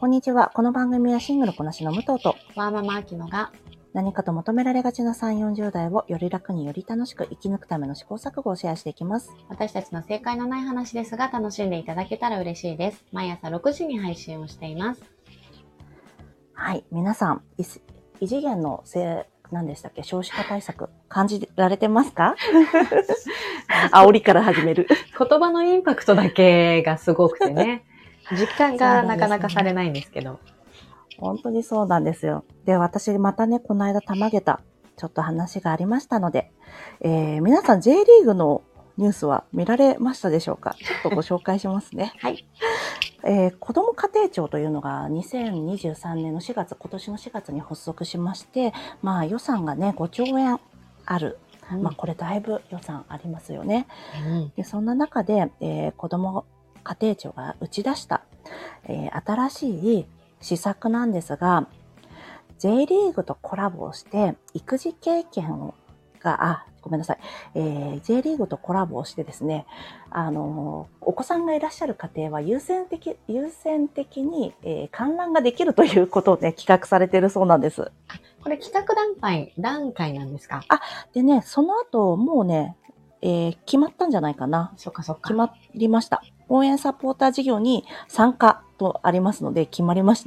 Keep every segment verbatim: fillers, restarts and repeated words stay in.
こんにちは。この番組はシングルこなしの武藤とワーママアキノが何かと求められがちなさんじゅう、よんじゅう代をより楽により楽しく生き抜くための試行錯誤をシェアしていきます。 私たちの正解のない話ですが楽しんでいただけたら嬉しいです。毎朝ろくじに配信をしています。 はい。皆さん、異異次元のせい、何でしたっけ少子化対策感じられてますか煽りから始める。 言葉のインパクトだけがすごくてね。実感がなかなかされないんですけど。 本当にそうなんですよ。で、私またね、この間たまげた、ちょっと話がありましたので、えー、皆さん J リーグのニュースは見られましたでしょうか？ちょっとご紹介しますね。 はい。 えー、子ども家庭庁というのがにせんにじゅうさんねんのしがつ、今年のしがつに発足しまして、まあ予算がね、ごちょうえんある。うん、まあこれだいぶ予算ありますよね。うん、でそんな中で、えー、子ども家庭庁が打ち出した、えー、新しい施策なんですが、J リーグとコラボをして育児経験をが、あ、ごめんなさい、えー、J リーグとコラボをしてですね、あのー、お子さんがいらっしゃる家庭は優先的、優先的に、えー、観覧ができるということをね、企画されているそうなんです。 これ企画段階、段階なんですか？ あ、でね、その後、もうね、えー、決まったんじゃないかな。 そっかそっか。 決まりました。応援サポーター事業に参加とありますので決まりました。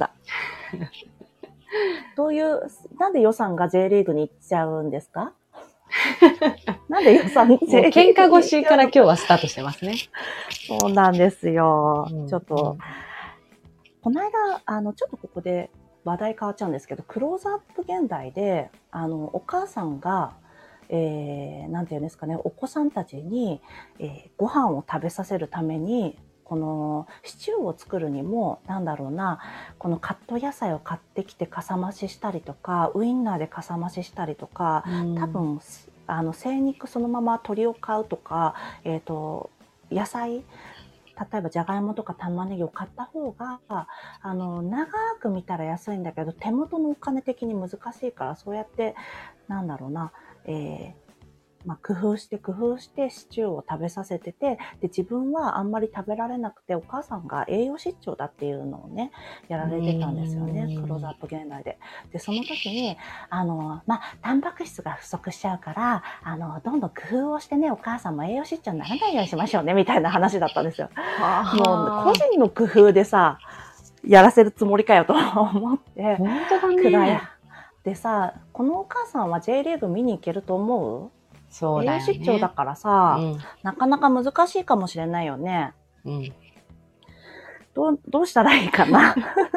どういう、なんで予算が J リーグに行っちゃうんですか？なんで予算 J リーグに行っちゃうの？ 喧嘩腰から今日はスタートしてますね。 そうなんですよ。うん、ちょっと、うん、この間、あの、ちょっとここで話題変わっちゃうんですけど、クローズアップ現代で、あの、お母さんが、えー、なんていうんですかね、お子さんたちに、えー、ご飯を食べさせるために、このシチューを作るにも、なんだろうな、このカット野菜を買ってきてかさ増ししたりとか、ウインナーでかさ増ししたりとか、多分、あの、精肉そのまま鶏を買うとか、えっと、野菜、例えばじゃがいもとか玉ねぎを買った方が、あの、長く見たら安いんだけど、手元のお金的に難しいから、そうやって、なんだろうな、えーまあ、工夫して工夫してシチューを食べさせてて、で、自分はあんまり食べられなくて、お母さんが栄養失調だっていうのをね、やられてたんですよね、クローズアップ現代で。で、その時に、あの、まあ、タンパク質が不足しちゃうから、あの、どんどん工夫をしてね、お母さんも栄養失調にならないようにしましょうね、みたいな話だったんですよ。もう、個人の工夫でさ、やらせるつもりかよと思って、 本当だね。 でさ、このお母さんは J リーグ見に行けると思う？ そうだよね。 栄養失調だからさ、うん、なかなか難しいかもしれないよね。 うん。 どう、どうしたらいいかな。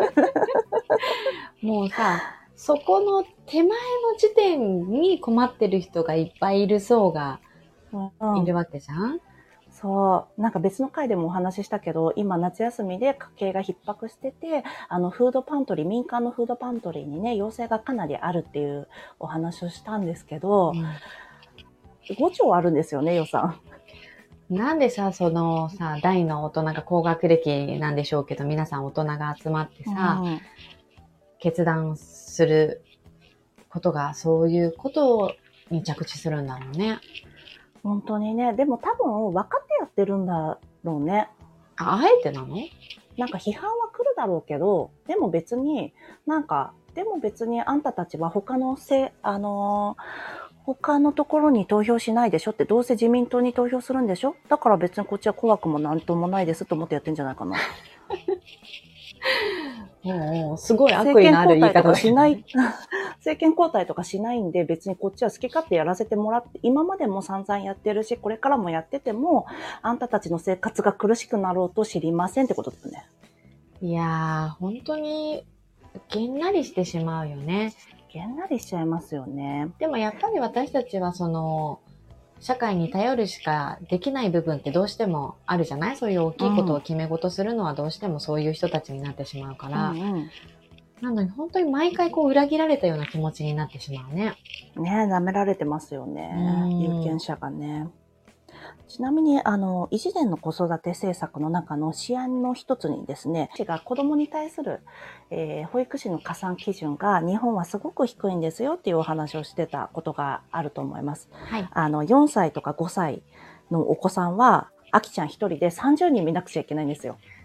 もうさ、そこの手前の時点に困ってる人がいっぱいいる層がいるわけじゃん、うん、 そう。なんか別の回でもお話ししたけど、今夏休みで家計が逼迫してて、あのフードパントリー、民間のフードパントリーにね、要請がかなりあるっていうお話をしたんですけど、うんごちょうあるんですよね、予算。 なんでさ、そのさ、大の大人が高学歴なんでしょうけど、皆さん大人が集まってさ、うん、決断することが、そういうことに着地するんだろうね。 本当にね。でも多分分かってやってるんだろうね。 あ、あえてなの？ なんか批判は来るだろうけど、でも別に、なんか、でも別にあんたたちは他のせ、あのー、他のところに投票しないでしょって、どうせ自民党に投票するんでしょ？だから別にこっちは怖くもなんともないですと思ってやってんじゃないかな。 もうすごい悪意のある言い方だしない。政権交代とかしないんで、別にこっちは好き勝手やらせてもらって、今までも散々やってるし、これからもやってても、あんたたちの生活が苦しくなろうと知りませんってことですね。 いやー、本当にげんなりしてしまうよね。 げんなりしちゃいますよね。 でもやっぱり私たちはその、社会に頼るしかできない部分ってどうしてもあるじゃない？そういう大きいことを決め事するのはどうしてもそういう人たちになってしまうから。うんうん、なのに本当に毎回こう裏切られたような気持ちになってしまうね。 ねえ、舐められてますよね。有権者がね。ちなみに、あの、異次元の子育て政策の中の試案の一つにですね、市が子供に対する、えー、保育士の加算基準が日本はすごく低いんですよっていうお話をしてたことがあると思います。はい、あの、よんさいとかごさいのお子さんは、あきちゃん一人でさんじゅうにん見なくちゃいけないんですよ。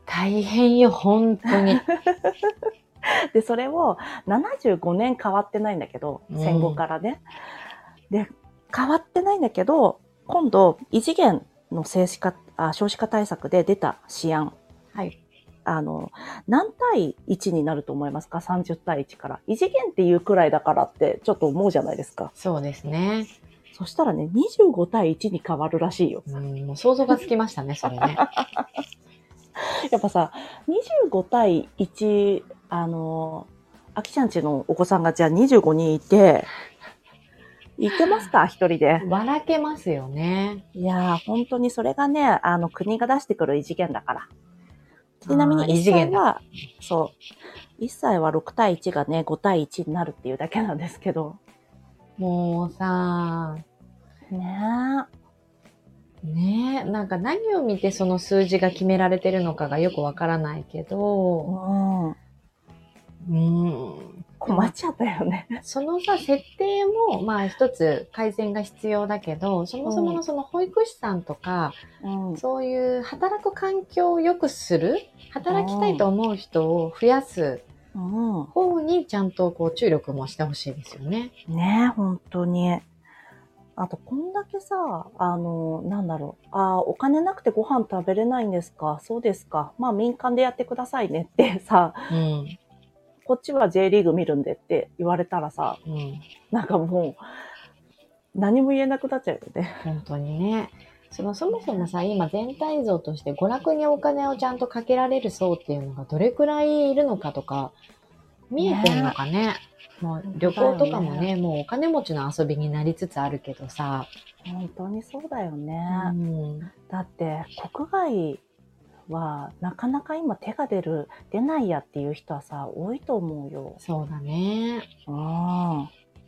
大変よ、本当に。 で、それをななじゅうごねん変わってないんだけど、戦後からね。うん、で、変わってないんだけど、今度、異次元の少子化、あ少子化対策で出た試案。 はい。 あの、何対いちになると思いますか ?さんじゅう 対いちから。異次元っていうくらいだからってちょっと思うじゃないですか。 そうですね。 そしたらね、にじゅうご対いちに変わるらしいよ。 うん、もう想像がつきましたね、それね。 やっぱさ、にじゅうご対いち、あの、あきちゃんちのお子さんがじゃあにじゅうごにんいて、いけますか一人で。 笑けますよね。 いやー、本当にそれがね、あの、国が出してくる異次元だから。ちなみにいっさいは、そう、いっさいはろく対いちがね、ご対いちになるっていうだけなんですけど。 もうさ、 ねえ。ねえ、なんか何を見てその数字が決められてるのかがよくわからないけど、うん。うん困っちゃったよね。 そのさ、設定も、まあ一つ改善が必要だけど、そもそものその保育士さんとか、うん、そういう働く環境を良くする、働きたいと思う人を増やす方にちゃんとこう注力もしてほしいですよね。 ねえ、本当に。あと、こんだけさ、あの、なんだろう。ああ、お金なくてご飯食べれないんですか？そうですか。まあ民間でやってくださいねってさ、うんこっちは J リーグ見るんでって言われたらさ、うん、なんかもう、何も言えなくなっちゃうよね。 本当にね。そのそもそもさ、今全体像として娯楽にお金をちゃんとかけられる層っていうのがどれくらいいるのかとか、見えてんのかね。ねもう旅行とかもね、もうお金持ちの遊びになりつつあるけどさ。 本当にそうだよね。うん、だって国外はなかなか今手が出る、出ないやっていう人はさ、多いと思うよ。 そうだね。 うん。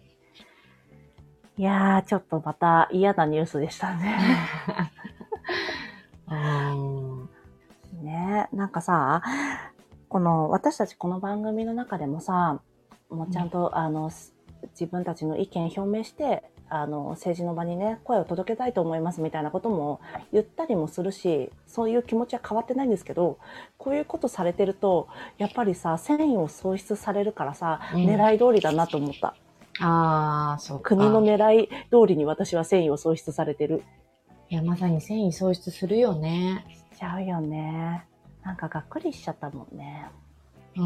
いやー、ちょっとまた嫌なニュースでしたね。うん、ねなんかさ、この私たちこの番組の中でもさ、もうちゃんと、うん、あの自分たちの意見表明して、あの政治の場にね声を届けたいと思いますみたいなことも言ったりもするし、そういう気持ちは変わってないんですけど、こういうことされてるとやっぱりさ戦意を喪失されるからさ、うん、狙い通りだなと思った。 ああ、そうか。 国の狙い通りに私は戦意を喪失されてる。 いや、まさに戦意喪失するよね。 しちゃうよね。なんかがっくりしちゃったもんね。 うん。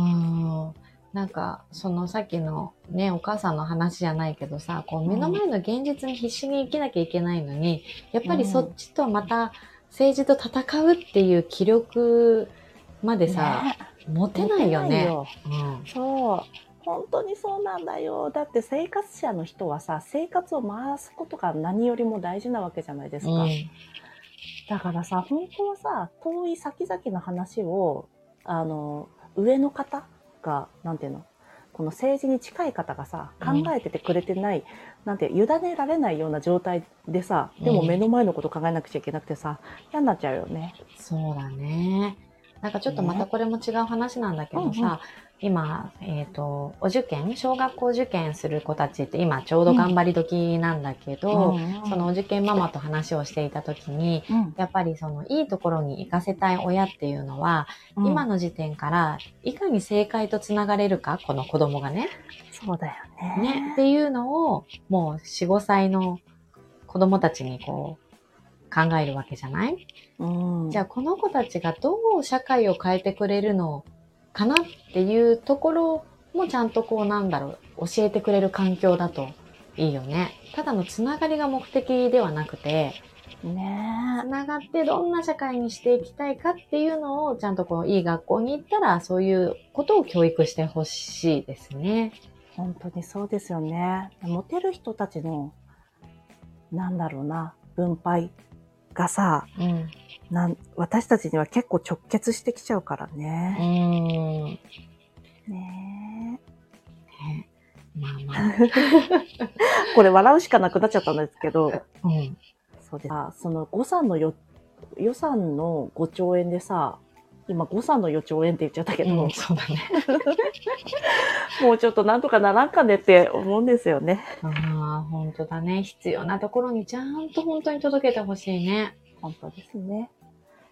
なんか、そのさっきのね、お母さんの話じゃないけどさ、こう目の前の現実に必死に生きなきゃいけないのに、うん、やっぱりそっちとまた政治と戦うっていう気力までさ、ね、持てないよね。ようん、そう。本当にそうなんだよ。だって生活者の人はさ、生活を回すことが何よりも大事なわけじゃないですか。うん、だからさ、本当はさ、遠い先々の話を、あの、上の方が、なんていうの、この政治に近い方がさ、考えててくれてない、うん、なんて、委ねられないような状態でさ、でも目の前のこと考えなくちゃいけなくてさ、嫌になっちゃうよね。 そうだね。なんかちょっとまたこれも違う話なんだけどさ、ねうんうん、今、えっと、お受験、小学校受験する子たちって今ちょうど頑張り時なんだけど、うん、そのお受験ママと話をしていた時に、うん、やっぱりそのいいところに行かせたい親っていうのは、うん、今の時点からいかに正解とつながれるか、この子供がね。 そうだよね。 ね、っていうのをもうよん、ごさいの子供たちにこう、考えるわけじゃない、うん、じゃあこの子たちがどう社会を変えてくれるのかなっていうところもちゃんとこうなんだろう教えてくれる環境だといいよね。ただのつながりが目的ではなくて、ね、つながってどんな社会にしていきたいかっていうのをちゃんとこういい学校に行ったらそういうことを教育してほしいですね。 本当にそうですよね。モテる人たちのなんだろうな分配がさ、うん、なん私たちには結構直結してきちゃうからね。うんねえ。まあまあ。これ笑うしかなくなっちゃったんですけど、うん、そうでさ、その誤差のよ予算のごちょうえんでさ、今誤差のよちょうえんって言っちゃったけど、 うん、そうだね。 もうちょっとなんとかならんかねって思うんですよね。 ああ、本当だね。必要なところにちゃんと本当に届けてほしいね。 本当ですね。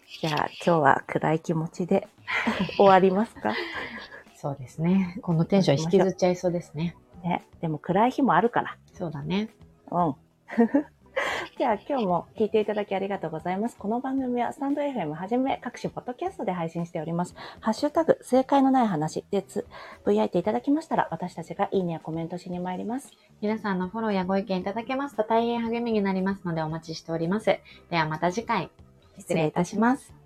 じゃあ今日は暗い気持ちで終わりますか？ そうですね。このテンション引きずっちゃいそうですね。 ね、でも暗い日もあるから。 そうだね。 うん。では今日も聞いていただきありがとうございます。この番組はスタンド エフエム はじめ各種ポッドキャストで配信しております。ハッシュタグ正解のない話でつぶやいていただきましたら、私たちがいいねやコメントしに参ります。 皆さんのフォローやご意見いただけますと大変励みになりますのでお待ちしております。ではまた次回。 失礼いたします。